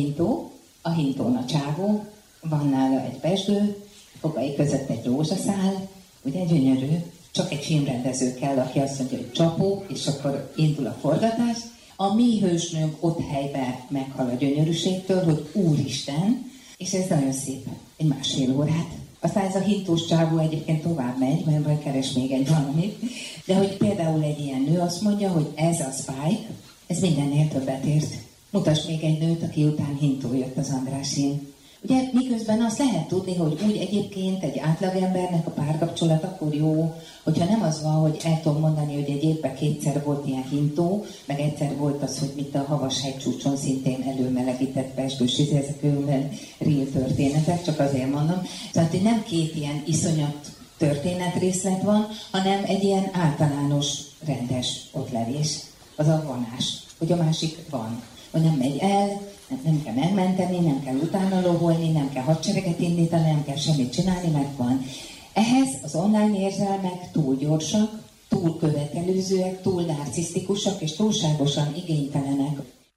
hintón a csávó, van nála egy pezsgő, fogai között egy rózsaszál, ugye gyönyörű, csak egy filmrendező kell, aki azt mondja, hogy csapó, és akkor indul a forgatás. A mi hősnőnk ott helyben meghal a gyönyörűségtől, hogy Úristen, és ez nagyon szép, egy 1,5 órát. Aztán ez a hintós csávó egyébként tovább megy, mert majd keres még egy valamit. De hogy például egy ilyen nő azt mondja, hogy ez a Spike, ez mindennél többet ért. Mutasd még egy nőt, aki után hintó jött az Andrássyn. Ugye miközben azt lehet tudni, hogy úgy egyébként egy átlagembernek a párkapcsolat akkor jó, hogyha nem az van, hogy el tudom mondani, hogy egy évben 2-szer volt ilyen hintó, meg egyszer volt az, hogy mit a Havashegy csúcson szintén előmelegített pezsgős, ezek önben real történetek, csak azért mondom. Tehát, hogy nem 2 ilyen iszonyat történetrészlet van, hanem egy ilyen általános, rendes ottlevés, az a vonás, hogy a másik van, hogy nem megy el, nem kell megmenteni, nem kell utána loholni, nem kell hadsereget indítani, nem kell semmit csinálni, mert van. Ehhez az online érzelmek túl gyorsak, túl követelőzőek, túl narcisztikusak és túlságosan igénytelenek.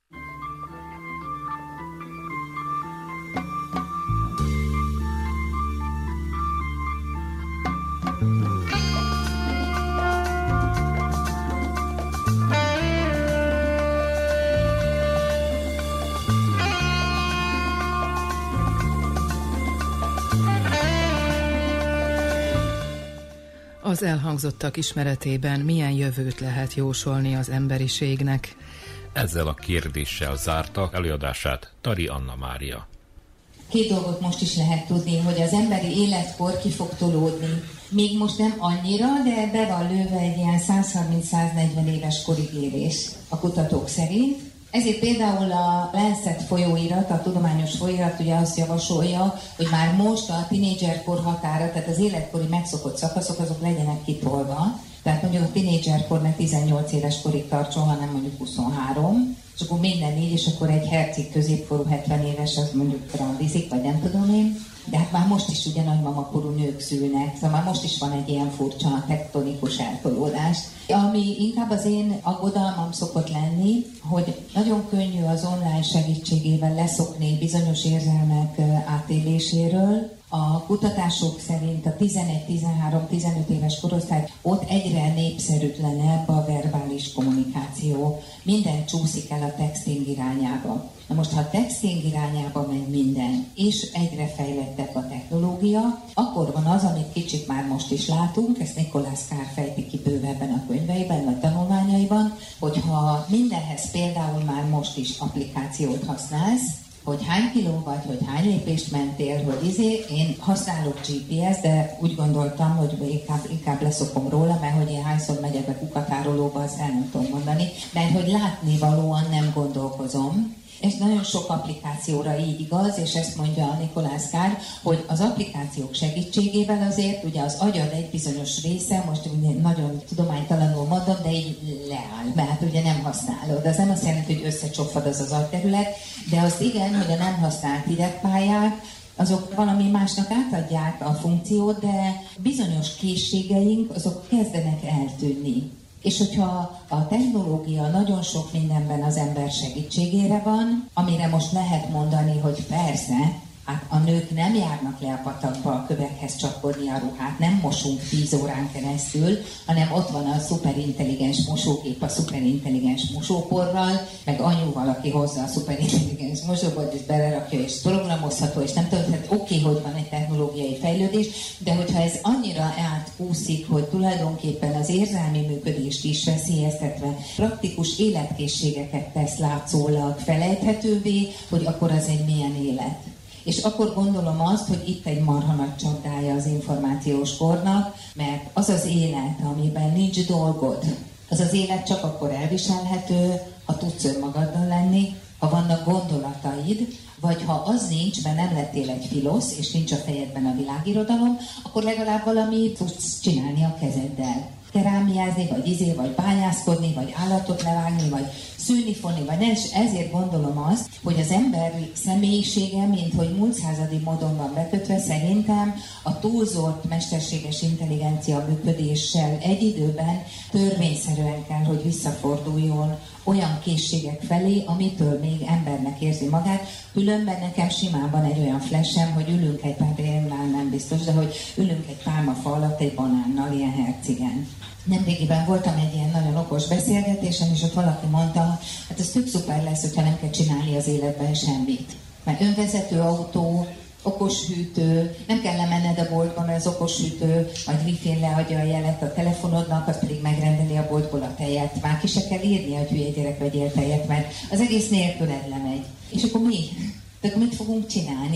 Az elhangzottak ismeretében milyen jövőt lehet jósolni az emberiségnek? Ezzel a kérdéssel zárta előadását Tari Anna Mária. 2 dolgot most is lehet tudni, hogy az emberi életkor ki fog tolódni. Még most nem annyira, de be van lőve egy ilyen 130-140 éves korigérés a kutatók szerint. Ezért például a Lancet folyóirat, a tudományos folyóirat ugye azt javasolja, hogy már most a tínédzserkor határa, tehát az életkori megszokott szakaszok, azok legyenek kitolva. Tehát mondjuk a tínédzserkor ne 18 éves korig tartson, hanem mondjuk 23, és akkor minden így, és akkor egy herceg középkorú 70 éves, az mondjuk randizik, vagy nem tudom én. De hát már most is ugye nagymamakorú nők szülnek, szóval már most is van egy ilyen furcsa tektonikus eltolódás. Ami inkább az én aggodalmam szokott lenni, hogy nagyon könnyű az online segítségével leszokni bizonyos érzelmek átéléséről. A kutatások szerint a 11-13-15 éves korosztály ott egyre népszerűtlenebb a verbális kommunikáció. Minden csúszik el a texting irányába. Na most, ha a texting irányába megy minden, és egyre fejlettebb a technológia, akkor van az, amit kicsit már most is látunk, ezt Nicholas Carr fejti ki bővebben a könyveiben, vagy tanulmányaiban, hogyha mindenhez például már most is applikációt használsz, hogy hány kiló vagy, hogy hány lépést mentél, hogy én használok GPS, de úgy gondoltam, hogy inkább leszokom róla, mert hogy én hányszor megyek be kukatárolóba, azt el nem tudom mondani, mert hogy látnivalóan nem gondolkozom. És nagyon sok applikációra így igaz, és ezt mondja a Nicholas Carr, hogy az applikációk segítségével azért ugye az agyad egy bizonyos része, most ugye nagyon tudománytalanul mondom, de így leáll, mert ugye nem használod. Az nem azt jelenti, hogy összecsopfad az agyterület, de azt igen, hogy a nem használt idegpályák, azok valami másnak átadják a funkciót, de bizonyos készségeink azok kezdenek eltűnni. És hogyha a technológia nagyon sok mindenben az ember segítségére van, amire most lehet mondani, hogy persze, hát a nők nem járnak le a patakba a kövekhez csapkodni a ruhát, nem mosunk 10 órán keresztül, hanem ott van a szuperintelligens mosógép a szuperintelligens mosóporral, meg anyuval, aki hozza a szuperintelligens mosóport, és belerakja, és programozható, és nem tudom, tehát oké, hogy van egy technológiai fejlődés, de hogyha ez annyira átkúszik, hogy tulajdonképpen az érzelmi működést is veszélyeztetve praktikus életkészségeket tesz látszólag felejthetővé, hogy akkor az egy milyen élet. És akkor gondolom azt, hogy itt egy marha nagy csapdája az információs kornak, mert az az élet, amiben nincs dolgod, az az élet csak akkor elviselhető, ha tudsz önmagaddal lenni, ha vannak gondolataid, vagy ha az nincs, mert nem lettél egy filosz, és nincs a fejedben a világirodalom, akkor legalább valami tudsz csinálni a kezeddel. Kerámiázni, vagy bányászkodni, vagy állatot levágni, vagy szülni, fonni, vagy nem, és ezért gondolom azt, hogy az emberi személyisége, mint hogy múlt századi módon van bekötve, szerintem a túlzott mesterséges intelligencia működéssel egy időben törvényszerűen kell, hogy visszaforduljon olyan készségek felé, amitől még embernek érzi magát. Különben nekem simán van egy olyan flashem, hogy ülünk egy pár éjjel, nem biztos, de hogy ülünk egy pálmafa alatt egy banánnal, ilyen hercigen. Nemrégiben voltam egy ilyen nagyon okos beszélgetésen, és ott valaki mondta, hát ez tök szuper lesz, hogyha nem kell csinálni az életben semmit. Mert önvezető autó, okos hűtő, nem kell lemenned a boltba, mert az okos hűtő majd wifi-n leadja a jelet a telefonodnak, az pedig megrendeli a boltból a tejet. Már ki se kell írni, hogy hülye gyerek vegyél tejet, mert az egész nélküled lemegy. És akkor mi? Tehát mit fogunk csinálni?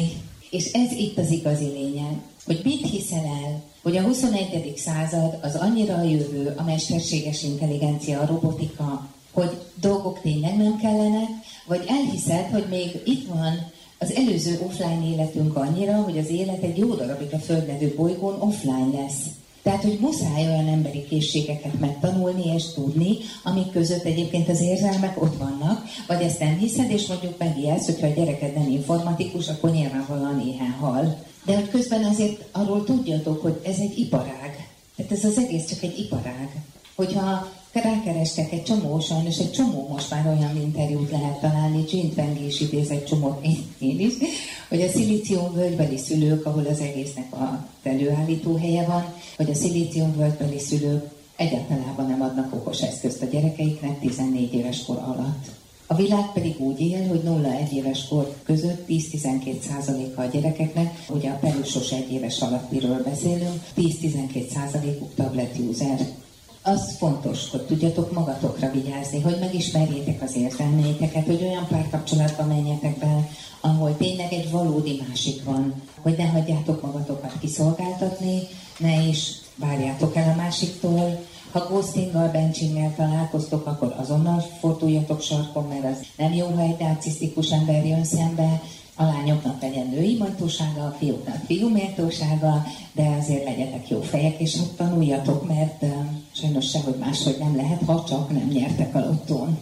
És ez itt az igazi lényeg, hogy mit hiszel el, hogy a 21. század az annyira a jövő, a mesterséges intelligencia, a robotika, hogy dolgok tényleg nem kellenek, vagy elhiszed, hogy még itt van az előző offline életünk annyira, hogy az élet egy jó darabig a földlevő bolygón offline lesz. Tehát, hogy muszáj olyan emberi készségeket megtanulni és tudni, amik között egyébként az érzelmek ott vannak, vagy ezt nem hiszed, és mondjuk megijedsz, hogyha a gyereked nem informatikus, akkor nyilvánvalóan éhen hal. De hogy közben azért arról tudjatok, hogy ez egy iparág. Tehát ez az egész csak egy iparág. Hogyha rákerestek sajnos egy csomó most már olyan interjút lehet találni, Jean Twenge is idéz egy csomót, én is, hogy a szilíciumvölgybeli szülők, ahol az egésznek a előállító helye van, hogy a szilíciumvölgybeli szülők egyáltalán nem adnak okos eszközt a gyerekeiknek 14 éves kor alatt. A világ pedig úgy él, hogy 0-1 éves kor között 10-12%-a a gyerekeknek, ugye a pelusos 1 éves alattiről beszélünk, 10-12%-uk tablet user. Az fontos, hogy tudjatok magatokra vigyázni, hogy megismerjétek az érzelmeiteket, hogy olyan párkapcsolatba menjetek be, ahol tényleg egy valódi másik van, hogy ne hagyjátok magatokat kiszolgáltatni, ne is várjátok el a másiktól. Ha ghostinggal, benchinggel találkoztok, akkor azonnal forduljatok sarkon, mert az nem jó, ha egy narcisztikus ember jön szembe. A lányoknak legyen női méltósága, a fiúknak fiú méltósága, de azért legyetek jó fejek, és ott tanuljatok, mert sajnos sehogy máshogy nem lehet, ha csak nem nyertek a lottón.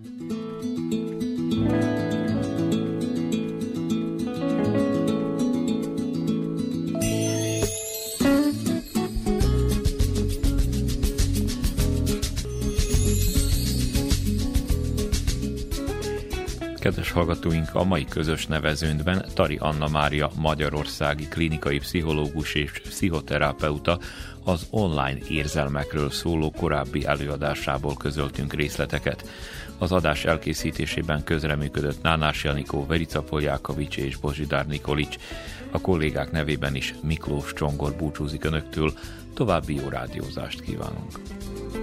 Kedves hallgatóink, a mai közös nevezőnkben Tari Anna Mária magyarországi klinikai pszichológus és pszichoterapeuta az online érzelmekről szóló korábbi előadásából közöltünk részleteket. Az adás elkészítésében közreműködött Nánás Janikó, Verica Poljákovics és Bozsidár Nikolics. A kollégák nevében is Miklós Csongor búcsúzik önöktől, további jó rádiózást kívánunk.